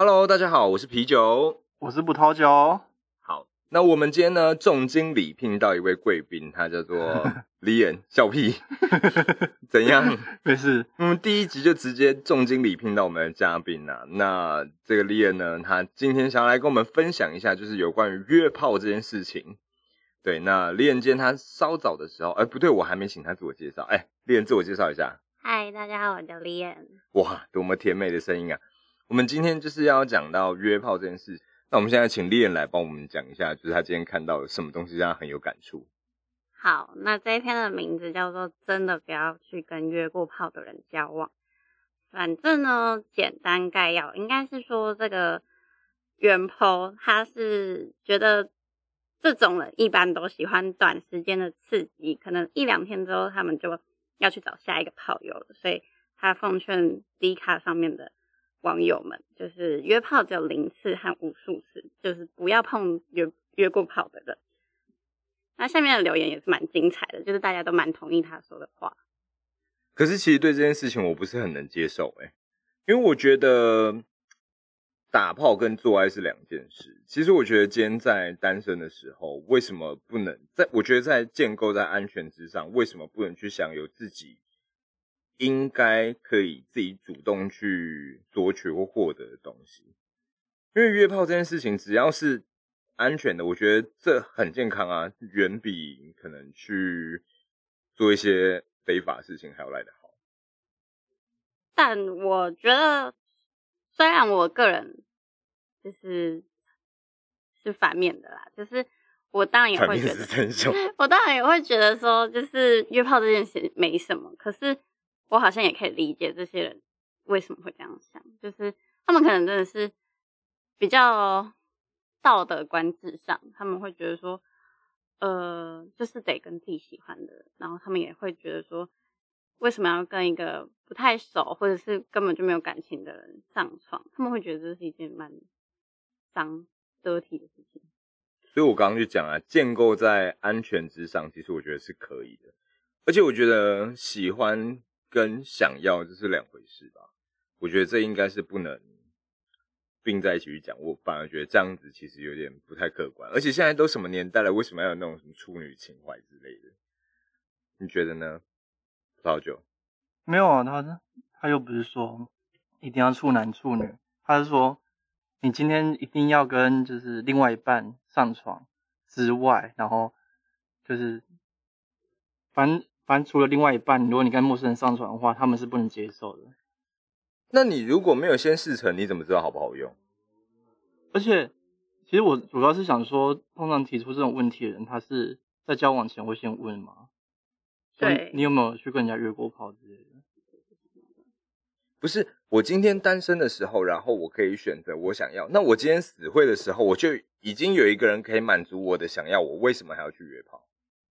Hello， 大家好，我是啤酒， 我是葡萄酒。 好，那我们今天呢，重金礼聘到一位贵宾，他叫做Lian，笑屁，怎样？ 没事。 第一集就直接重金礼聘到我们的嘉宾啊。那这个 Lian 呢，他今天想要来跟我们分享一下，就是有关于约炮这件事情。对，那Lian今天他稍早的时候，不对，我还没请他自我介绍。Lian自我介绍一下。 嗨，大家好，我叫 Lian。 哇，多么甜美的声音啊！我们今天就是要讲到约炮这件事，那我们现在请Lian来帮我们讲一下，就是他今天看到有什么东西让他很有感触。 好，那这一篇的名字叫做真的不要去跟约过炮的人交往。反正呢，简单概要应该是说，这个原 po 他是觉得这种人一般都喜欢短时间的刺激，可能一两天之后他们就要去找下一个炮友了，所以他奉劝 D 卡上面的网友们，就是约炮只有0次和无数次，就是不要碰约过炮的人。那下面的留言也是蛮精彩的，就是大家都蛮同意他说的话。 可是其实对这件事情我不是很能接受因为我觉得打炮跟做爱是两件事。其实我觉得今天在单身的时候，为什么不能我觉得在建构在安全之上，为什么不能去享有自己应该可以自己主动去索取或获得的东西？因为约炮这件事情只要是安全的，我觉得这很健康啊，远比可能去做一些非法事情还要来得好。 但我觉得，虽然我个人就是反面的啦，就是我当然也会觉得，我当然也会觉得说，就是约炮这件事没什么。可是我好像也可以理解这些人为什么会这样想，就是他们可能真的是比较道德观至上，他们会觉得说，就是得跟自己喜欢的人，然后他们也会觉得说，为什么要跟一个不太熟或者是根本就没有感情的人上床？他们会觉得这是一件蛮脏dirty的事情。 所以我刚刚就讲建构在安全之上，其实我觉得是可以的。而且我觉得喜欢跟想要这是两回事吧。我觉得这应该是不能并在一起去讲，我反而觉得这样子其实有点不太客观。而且现在都什么年代了，为什么要有那种什么处女情怀之类的？你觉得呢？葡萄酒没有啊，他又不是说一定要处男处女，他是说你今天一定要跟就是另外一半上床之外，然后就是反正除了另外一半，如果你跟陌生人上床的话，他们是不能接受的。 那你如果没有先试成，你怎么知道好不好用？ 而且其实我主要是想说，通常提出这种问题的人，他是在交往前会先问吗？ 对， 你有没有去跟人家约过炮之类的？ 不是，我今天单身的时候，然后我可以选择我想要。那我今天死会的时候，我就已经有一个人可以满足我的想要，我为什么还要去约炮？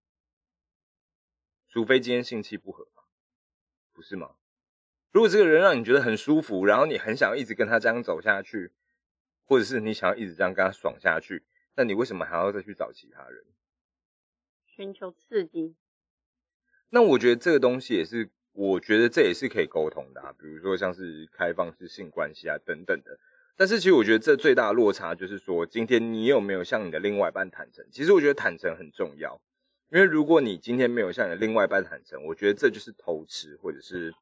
除非今天性气不合嘛，不是吗？如果这个人让你觉得很舒服，然后你很想要一直跟他这样走下去，或者是你想要一直这样跟他爽下去，那你为什么还要再去找其他人？ 寻求刺激。 那我觉得这个东西也是，我觉得这也是可以沟通的比如说像是开放式性关系等等的。但是其实我觉得这最大的落差就是说，今天你有没有向你的另外一半坦诚？其实我觉得坦诚很重要，因为如果你今天没有向你的另外一半坦诚，我觉得这就是偷吃或者是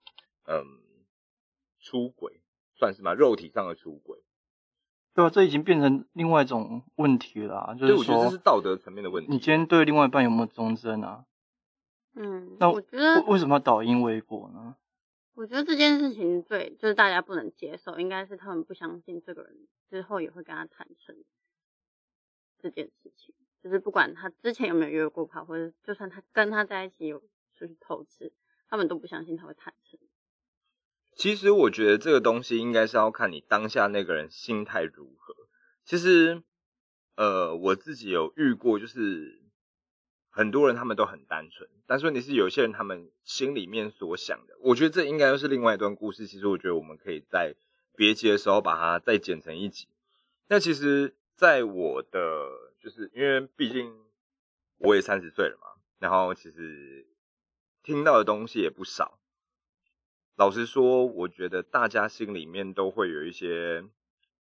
出轨，算是吗？肉体上的出轨。 对啊，这已经变成另外一种问题了就是说， 我觉得这是道德层面的问题。 你今天对另外一半有没有忠贞啊？那我觉得为什么要倒因为果呢？ 我觉得这件事情就是大家不能接受，应该是他们不相信这个人之后也会跟他坦诚这件事情，就是不管他之前有没有约过炮，或者就算他跟他在一起有出去偷吃，他们都不相信他会坦诚。 其实我觉得这个东西应该是要看你当下那个人心态如何。其实我自己有遇过，就是很多人他们都很单纯，但是问题是有些人他们心里面所想的，我觉得这应该又是另外一段故事。其实我觉得我们可以在别集的时候把它再剪成一集。那其实在我的就是因为毕竟我也30岁了嘛，然后其实听到的东西也不少。老实说，我觉得大家心里面都会有一些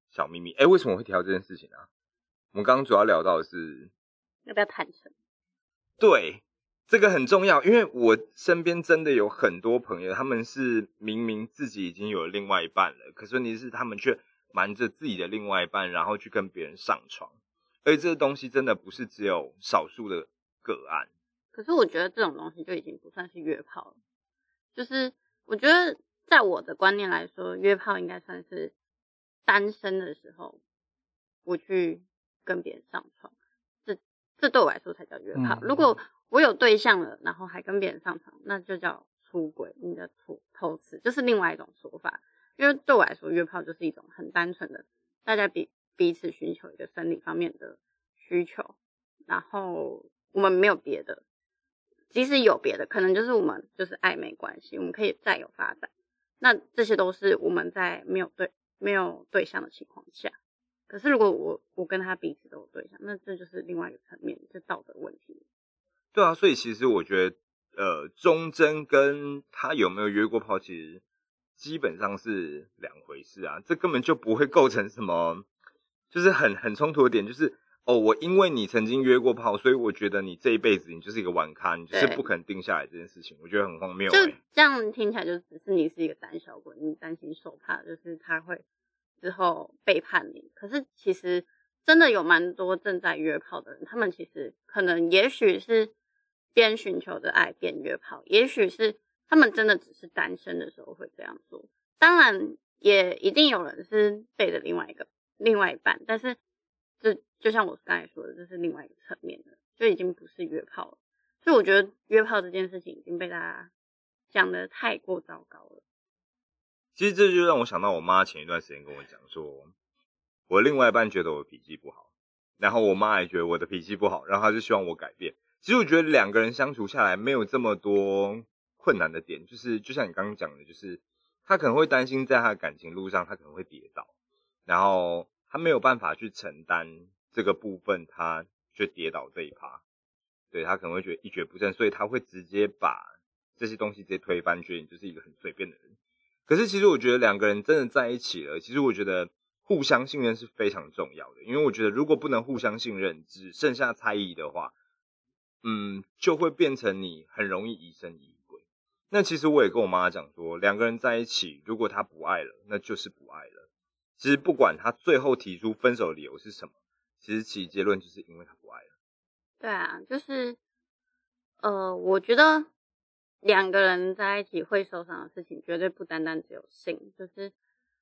小秘密。为什么会提到这件事情啊？我们刚刚主要聊到的是要不要坦诚？ 对，这个很重要，因为我身边真的有很多朋友，他们是明明自己已经有了另外一半了，可是问题是他们却瞒着自己的另外一半，然后去跟别人上床，而且这个东西真的不是只有少数的个案。 可是我觉得这种东西就已经不算是约炮了，就是我觉得在我的观念来说，约炮应该算是单身的时候我去跟别人上床，这对我来说才叫约炮。如果我有对象了，然后还跟别人上床，那就叫出轨，你的偷吃，就是另外一种说法。因为对我来说，约炮就是一种很单纯的，大家彼此寻求一个生理方面的需求，然后我们没有别的，即使有别的，可能就是我们就是暧昧关系，我们可以再有发展。那这些都是我们在没有对象的情况下。可是如果我跟他彼此都有对象，那这就是另外一个层面，就道德问题。 对啊，所以其实我觉得忠贞跟他有没有约过炮其实基本上是两回事啊，这根本就不会构成什么就是很冲突的点，就是我因为你曾经约过炮，所以我觉得你这一辈子你就是一个玩咖，你就是不肯定下来这件事情，我觉得很荒谬。 就这样听起来就只是你是一个胆小鬼，你担心受怕，就是他会之后背叛你。可是其实真的有蛮多正在约炮的人，他们其实可能也许是边寻求着爱边约炮，也许是他们真的只是单身的时候会这样做。当然也一定有人是背着另外一半，但是就像我刚才说的，这是另外一个层面的，就已经不是约炮了。所以我觉得约炮这件事情已经被大家讲得太过糟糕了。 其实这就让我想到我妈前一段时间跟我讲说，我另外一半觉得我脾气不好，然后我妈也觉得我的脾气不好，然后她就希望我改变。其实我觉得两个人相处下来没有这么多困难的点，就是就像你刚刚讲的，就是他可能会担心在他的感情路上他可能会跌倒，然后他没有办法去承担这个部分，他就跌倒这一趴，对，他可能会觉得一蹶不振，所以他会直接把这些东西直接推翻，觉得你就是一个很随便的人。可是其实我觉得两个人真的在一起了，其实我觉得互相信任是非常重要的，因为我觉得如果不能互相信任，只剩下猜疑的话，就会变成你很容易疑神疑鬼。那其实我也跟我妈讲说，两个人在一起，如果他不爱了，那就是不爱了。其实不管他最后提出分手的理由是什么，其结论就是因为他不爱了。 对啊，就是我觉得两个人在一起会受伤的事情，绝对不单单只有性，就是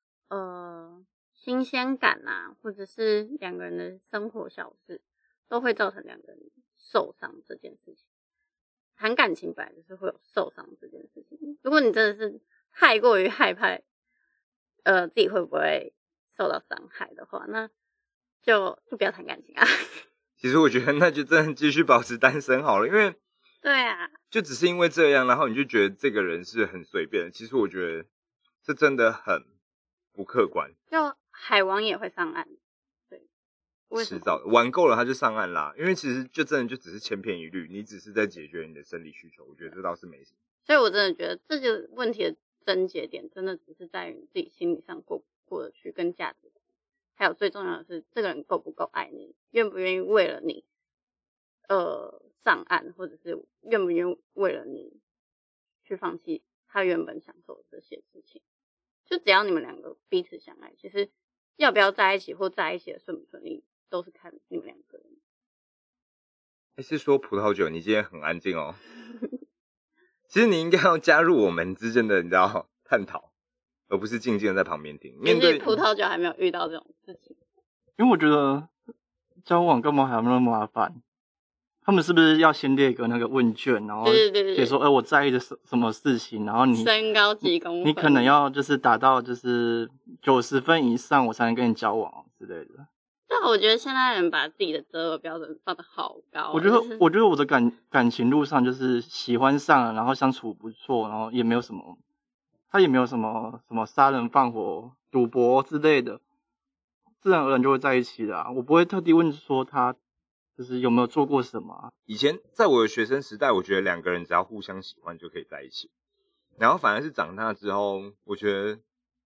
新鲜感啊，或者是两个人的生活小事，都会造成两个人受伤这件事情。谈感情本来就是会有受伤这件事情。如果你真的是太过于害怕自己会不会受到伤害的话，那就不要谈感情啊。 其实我觉得那就真的继续保持单身好了，因为对啊， 就只是因为这样，然后你就觉得这个人是很随便的。其实我觉得这真的很不客观。 就海王也会上岸，对， 迟早的，玩够了他就上岸啦。因为其实就真的就只是千篇一律，你只是在解决你的生理需求，我觉得这倒是没什么。 所以我真的觉得这个问题的症结点，真的只是在于你自己心理上过得去，跟价值观，还有最重要的是这个人够不够爱你，愿不愿意为了你上岸，或者是愿不愿意为了你去放弃他原本享受的这些事情。就只要你们两个彼此相爱，其实要不要在一起或在一起的顺不顺利，都是看你们两个人。 是说葡萄酒，你今天很安静哦。其实你应该要加入我们之间的，你知道，探讨，而不是静静的在旁边听。面对葡萄酒还没有遇到这种事情， 因为我觉得交往干嘛还那么麻烦？他们是不是要先列一个那个问卷，然后写说，我在意的什么事情，然后你身高几公分， 你可能要就是达到就是90分以上，我才能跟你交往之类的。 对，我觉得现在人把自己的择偶标准放得好高。 我觉得我的感情路上就是喜欢上了，然后相处不错，然后也没有什么，他也没有什么杀人放火、赌博之类的，自然而然就会在一起的啊。我不会特地问说他就是有没有做过什么啊。 以前在我的学生时代，我觉得两个人只要互相喜欢就可以在一起，然后反而是长大之后，我觉得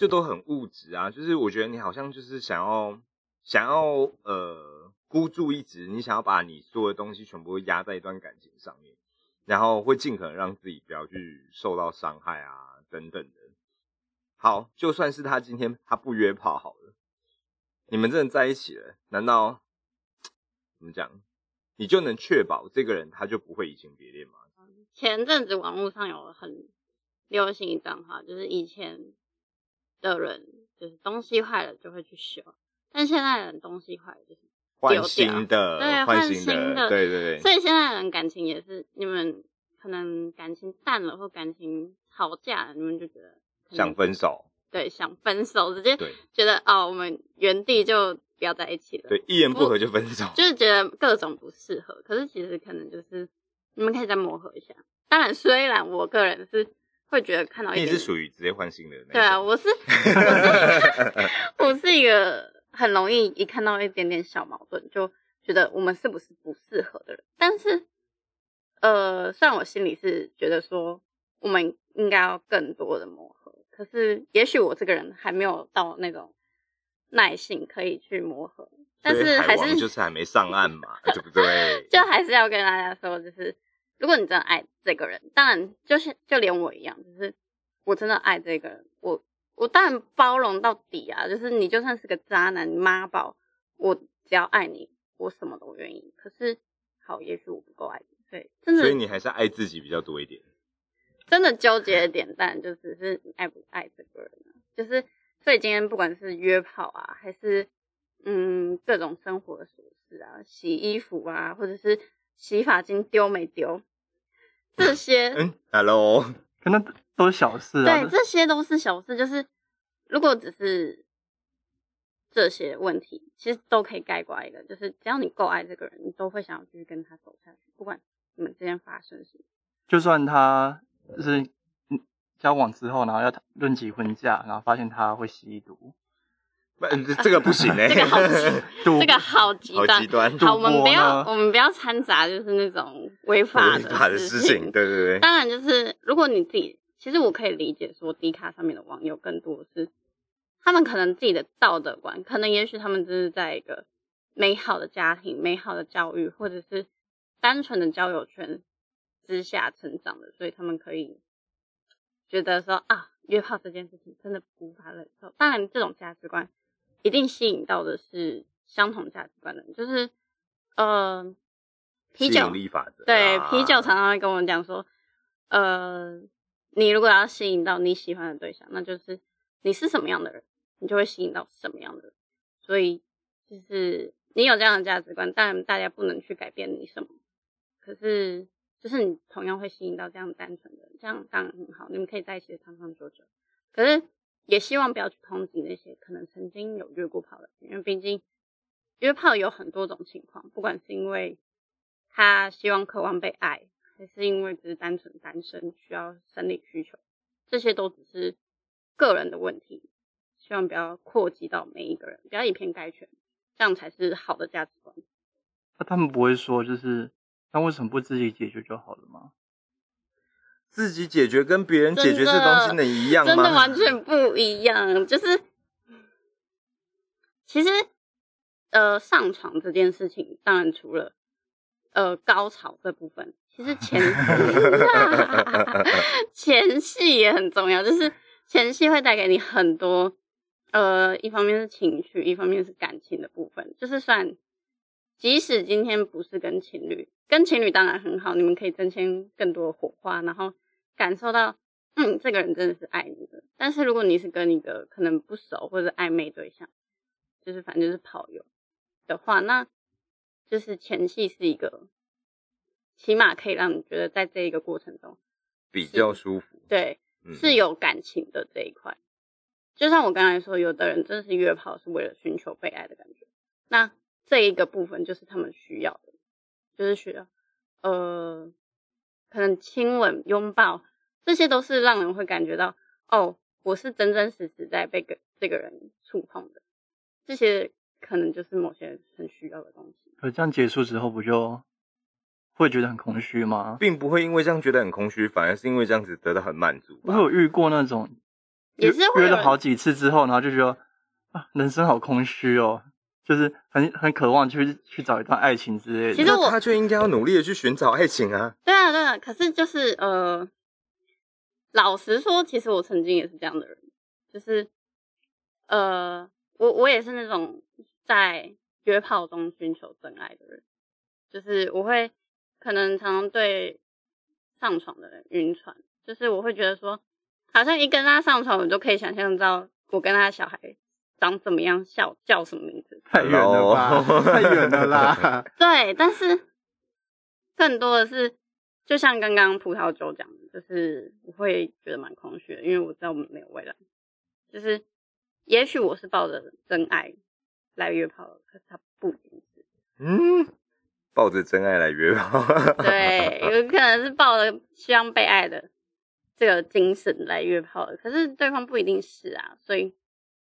就都很物质啊，就是我觉得你好像就是想要孤注一掷，你想要把你所有的东西全部压在一段感情上面，然后会尽可能让自己不要去受到伤害啊等等的。好，就算是他今天他不约炮好了，你们真的在一起了，难道怎么讲，你就能确保这个人他就不会移情别恋吗？ 前阵子网络上有很流行一段话，就是以前的人就是东西坏了就会去修，但现在的人东西坏了就是换新的， 对，换新的， 对对对。 所以现在的人感情也是，你们可能感情淡了或感情吵架了，你们就觉得想分手， 对，想分手，直接觉得哦，我们原地就不要在一起了， 对，一言不合就分手， 就是觉得各种不适合。可是其实可能就是你们可以再磨合一下。当然，虽然我个人是会觉得看到一点， 你是属于直接换新的那种。 对啊，我是一个很容易一看到一点点小矛盾就觉得我们是不是不适合的人。但是虽然我心里是觉得说我们应该要更多的磨合，可是也许我这个人还没有到那种耐性可以去磨合，但是还是就是还没上岸嘛，对不对？ 就还是要跟大家说，就是如果你真的爱这个人，当然就连我一样，就是我真的爱这个人，我当然包容到底啊，就是你就算是个渣男妈宝，我只要爱你，我什么都愿意。可是好，也许我不够爱你，所以你还是爱自己比较多一点。 真的纠结的点，但就只是你爱不爱这个人啊，就是所以今天不管是约炮啊，还是各种生活的琐事啊，洗衣服啊，或者是洗发精丢没丢，这些 ，hello， 可能都是小事啊。 对，这些都是小事，就是如果只是这些问题，其实都可以概括一个，就是只要你够爱这个人，你都会想要继续跟他走下去，不管你们之间发生什么。 就算他就是交往之后，然后要论及婚嫁，然后发现他会吸毒， 这个不行这个好这个好极端。好，我们不要掺杂就是那种违法的事情。 对对对。 当然，就是如果你自己，其实我可以理解说，D 卡上面的网友更多是他们可能自己的道德观，可能也许他们只是在一个美好的家庭、美好的教育，或者是单纯的交友圈之下成长的，所以他们可以觉得说啊，约炮这件事情真的无法忍受。当然，这种价值观一定吸引到的是相同价值观的人，就是啤酒吸引力法则。 对，啤酒常常会跟我们讲说，你如果要吸引到你喜欢的对象，那就是你是什么样的人，你就会吸引到什么样的人。所以就是你有这样的价值观，当然大家不能去改变你什么，可是就是你同样会吸引到这样单纯的人，这样当然很好，你们可以在一起长长久久。可是也希望不要去抨击那些可能曾经有约过炮的人，因为毕竟约炮有很多种情况，不管是因为他希望渴望被爱，还是因为只是单纯单身需要生理需求，这些都只是个人的问题，希望不要扩及到每一个人，不要以偏概全，这样才是好的价值观。 那他们不会说就是那为什么不自己解决就好了吗？ 自己解决跟别人解决这东西能一样吗？ 真的完全不一样。就是其实上床这件事情，当然除了高潮这部分，其实前戏也很重要，就是前戏会带给你很多一方面是情绪，一方面是感情的部分。就是算即使今天不是跟情侣当然很好，你们可以增添更多的火花，然后感受到这个人真的是爱你的。但是如果你是跟一个可能不熟或者暧昧对象，就是反正就是炮友的话，那就是前戏是一个起码可以让你觉得在这一个过程中比较舒服， 对，是有感情的这一块。就像我刚才说，有的人真的是约炮是为了寻求被爱的感觉，那这一个部分就是他们需要的，就是需要可能亲吻拥抱，这些都是让人会感觉到哦，我是真真实实在被这个人触碰的，这些可能就是某些人很需要的东西。 可这样结束之后不就会觉得很空虚吗？ 并不会因为这样觉得很空虚，反而是因为这样子得到很满足吧。 我有遇过那种也是会约了好几次之后，然后就觉得啊，人生好空虚哦，就是很渴望去找一段爱情之类的。 其实他就应该要努力的去寻找爱情啊。 对啊，可是就是老实说，其实我曾经也是这样的人，就是我也是那种在约炮中寻求真爱的人，就是我会可能常常对上床的人晕船，就是我会觉得说，好像一跟他上床，我就可以想象到我跟他的小孩长怎么样，叫什么名字。 太远了吧，太远了啦。 对，但是更多的是，就像刚刚葡萄酒讲的，就是我会觉得蛮空虚的，因为我知道我们没有未来。就是也许我是抱着真爱来约炮的，可是他不一定是。 抱着真爱来约炮。 对，有可能是抱着希望被爱的这个精神来约炮的，可是对方不一定是啊，所以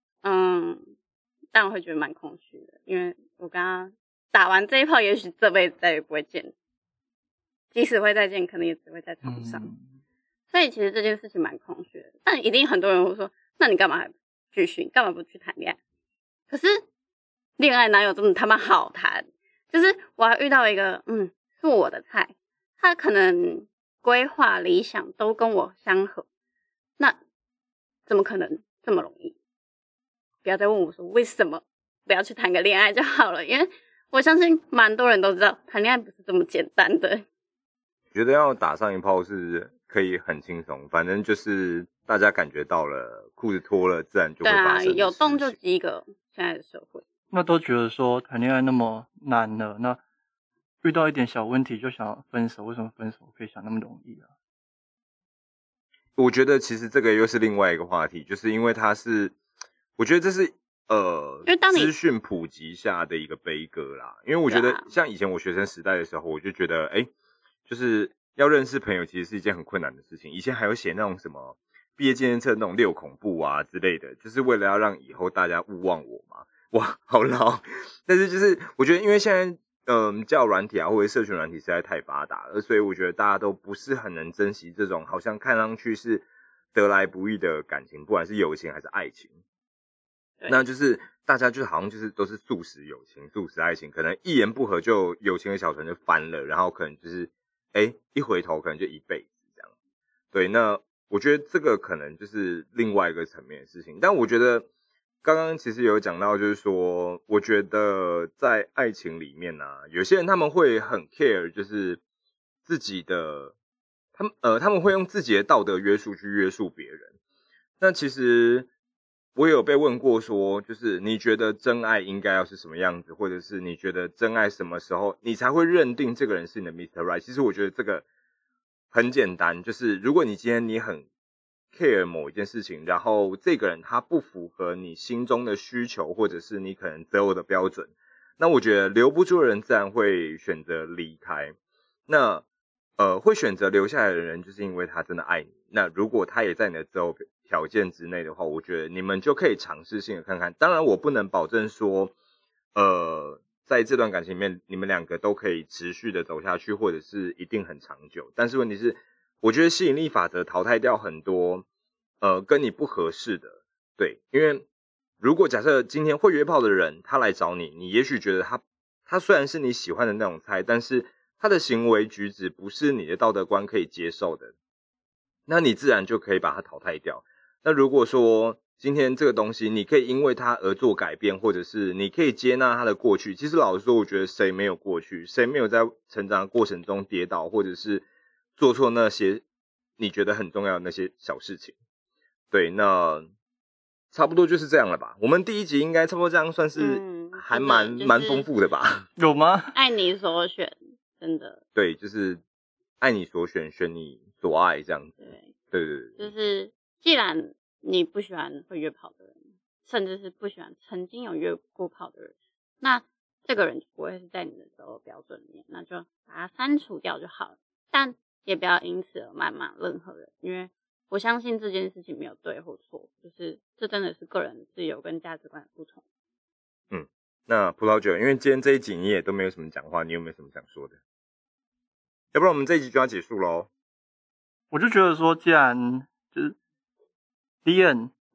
但我会觉得蛮空虚的，因为我跟他打完这一炮，也许这辈子再也不会见，即使会再见，可能也只会在床上。所以其实这件事情蛮空虚的，但一定很多人会说，那你干嘛还继续？你干嘛不去谈恋爱？可是恋爱哪有这么他妈好谈？就是我还遇到一个是我的菜，他可能规划理想都跟我相合，那怎么可能这么容易？不要再问我说为什么不要去谈个恋爱就好了，因为我相信蛮多人都知道谈恋爱不是这么简单的。 觉得要打上一炮是可以很轻松，反正就是大家感觉到了，裤子脱了自然就会发生。 对啊，有动就及格，现在的社会。 那都觉得说谈恋爱那么难了，那遇到一点小问题就想分手，为什么分手可以想那么容易啊？ 我觉得其实这个又是另外一个话题，就是因为它是，我觉得这是资讯普及下的一个悲歌啦。因为我觉得像以前我学生时代的时候，我就觉得就是要认识朋友其实是一件很困难的事情。以前还有写那种什么毕业纪念册那种6恐怖啊之类的，就是为了要让以后大家勿忘我嘛。哇，好老！但是就是我觉得，因为现在交友软体啊或者社群软体实在太发达了，所以我觉得大家都不是很能珍惜这种好像看上去是得来不易的感情，不管是友情还是爱情。那就是大家就好像就是都是速食友情、速食爱情，可能一言不合就友情的小船就翻了，然后可能就是一回头可能就一辈子这样。对，那我觉得这个可能就是另外一个层面的事情，但我觉得。刚刚其实有讲到，就是说，我觉得在爱情里面啊，有些人他们会很 care，就是自己的，他们会用自己的道德约束去约束别人。那其实我有被问过说，就是你觉得真爱应该要是什么样子，或者是你觉得真爱什么时候你才会认定这个人是你的 Mr. Right？ 其实我觉得这个很简单，就是如果你今天你很care 某一件事情，然后这个人他不符合你心中的需求，或者是你可能择偶的标准，那我觉得留不住的人自然会选择离开。那会选择留下来的人，就是因为他真的爱你。那如果他也在你的择偶条件之内的话，我觉得你们就可以尝试性的看看。当然，我不能保证说，在这段感情里面，你们两个都可以持续的走下去，或者是一定很长久。但是问题是，我觉得吸引力法则淘汰掉很多跟你不合适的。对，因为如果假设今天会约炮的人他来找你，你也许觉得他虽然是你喜欢的那种菜，但是他的行为举止不是你的道德观可以接受的，那你自然就可以把他淘汰掉。那如果说今天这个东西你可以因为他而做改变，或者是你可以接纳他的过去，其实老实说，我觉得谁没有过去，谁没有在成长的过程中跌倒，或者是做错那些你觉得很重要的那些小事情。对，那差不多就是这样了吧。我们第一集应该差不多这样，算是还蛮丰富的吧？ 有吗？ 爱你所选，真的。 对，就是爱你所选，选你所爱这样子。对， 就是既然你不喜欢会约炮的人，甚至是不喜欢曾经有约过炮的人，那这个人就不会是在你的择偶标准里面，那就把它删除掉就好了。但也不要因此而谩骂任何人，因为我相信这件事情没有对或错，就是这真的是个人自由跟价值观的不同。 那葡萄酒，因为今天这一集你也都没有什么讲话，你有没有什么想说的？要不然我们这一集就要结束咯。 我就觉得说，既然就是 Liam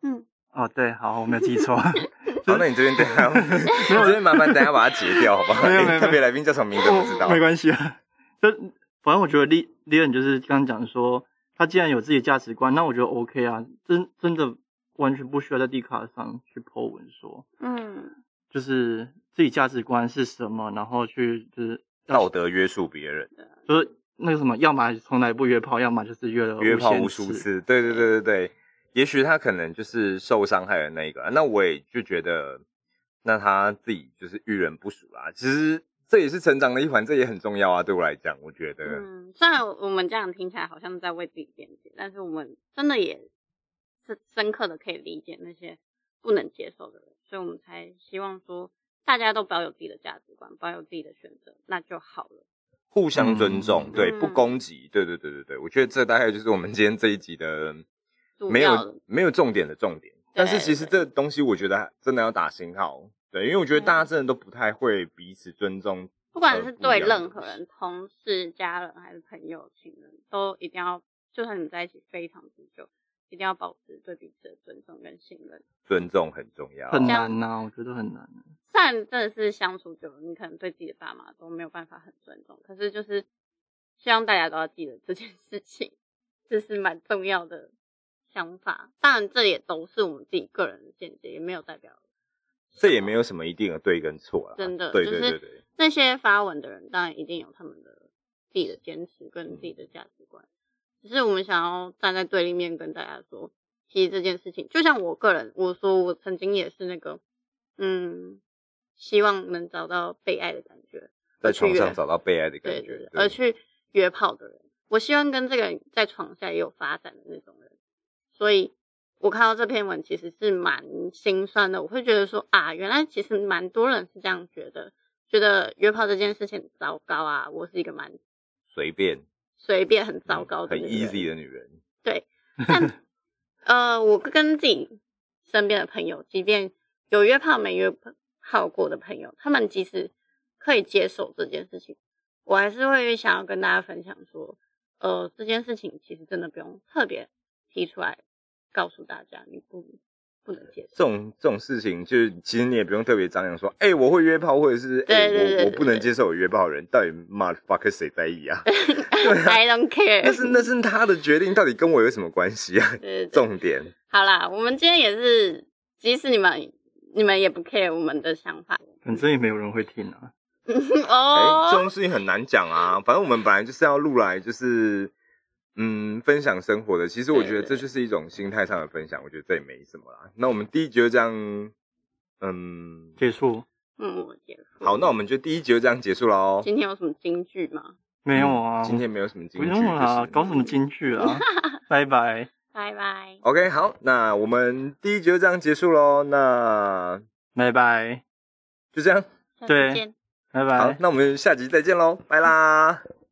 哦，对，好，我没有记错。 好，那你这边等一下，你这边麻烦等一下把它截掉，好不好？ 没有特别来宾叫什么名字不知道， 没关系啊。就反正我觉得Leon就是刚刚讲说，他既然有自己的价值观，那我觉得 OK 啊，真的完全不需要在 Dcard 上去 po 文说，就是自己价值观是什么，然后去就是道德约束别人， 就是那个什么，要么从来不约炮，要么就是约炮无数次，对。也许他可能就是受伤害的那一个，那我也就觉得，那他自己就是遇人不淑啦。其实这也是成长的一环，这也很重要啊。对我来讲，我觉得， 虽然我们这样听起来好像在为自己辩解，但是我们真的也是深刻的可以理解那些不能接受的人，所以我们才希望说大家都保有自己的价值观，保有自己的选择，那就好了。 互相尊重，对，不攻击，对。我觉得这大概就是我们今天这一集的。没有重点的重点，但是其实这东西我觉得真的要打星号，对，因为我觉得大家真的都不太会彼此尊重， 不管是对任何人，同事、家人还是朋友、情人，都一定要，就算你们在一起非常之久，一定要保持对彼此的尊重跟信任。 尊重很重要， 很难啊，我觉得很难。 虽然真的是相处久了，你可能对自己的爸妈都没有办法很尊重，可是就是希望大家都要记得这件事情，这是蛮重要的想法。当然这也都是我们自己个人的见解，也没有代表这也没有什么一定的对跟错啦， 真的对就是那些发文的人当然一定有他们的自己的坚持跟自己的价值观，只是我们想要站在对立面跟大家说，其实这件事情就像我个人我说我曾经也是那个希望能找到被爱的感觉， 在床上找到被爱的感觉， 对，而去约炮的人，我希望跟这个人在床下也有发展的那种人。所以我看到这篇文其实是蛮心酸的，我会觉得说啊，原来其实蛮多人是这样觉得约炮这件事情很糟糕啊，我是一个蛮随便很糟糕的很 easy 的女人。 对，但我跟自己身边的朋友，即便有约炮没约炮过的朋友，他们即使可以接受这件事情，我还是会想要跟大家分享说，这件事情其实真的不用特别提出来告诉大家，你不能接受这种事情，就是其实你也不用特别张扬说，我会约炮，或者是我不能接受我约炮的人，到底motherfucker 谁在意啊？对啊 I don't care， 那是他的决定，到底跟我有什么关系啊？ 对重点。 好啦，我们今天也是，即使你们也不 care 我们的想法， 反正也没有人会听啊。 这种事情很难讲啊。反正我们本来就是要录来，就是分享生活的。其实我觉得这就是一种心态上的分享，我觉得这也没什么啦。那我们第一集就这样， 结束。 我结束。 好，那我们就第一集就这样结束了哦。 今天有什么金句吗？ 没有啊， 今天没有什么金句， 不用啦，搞什么金句啊？拜拜， 拜拜。 OK， 好，那我们第一集就这样结束咯。那拜拜， 就这样， 下次见， 拜拜。 好，那我们下集再见咯，拜啦。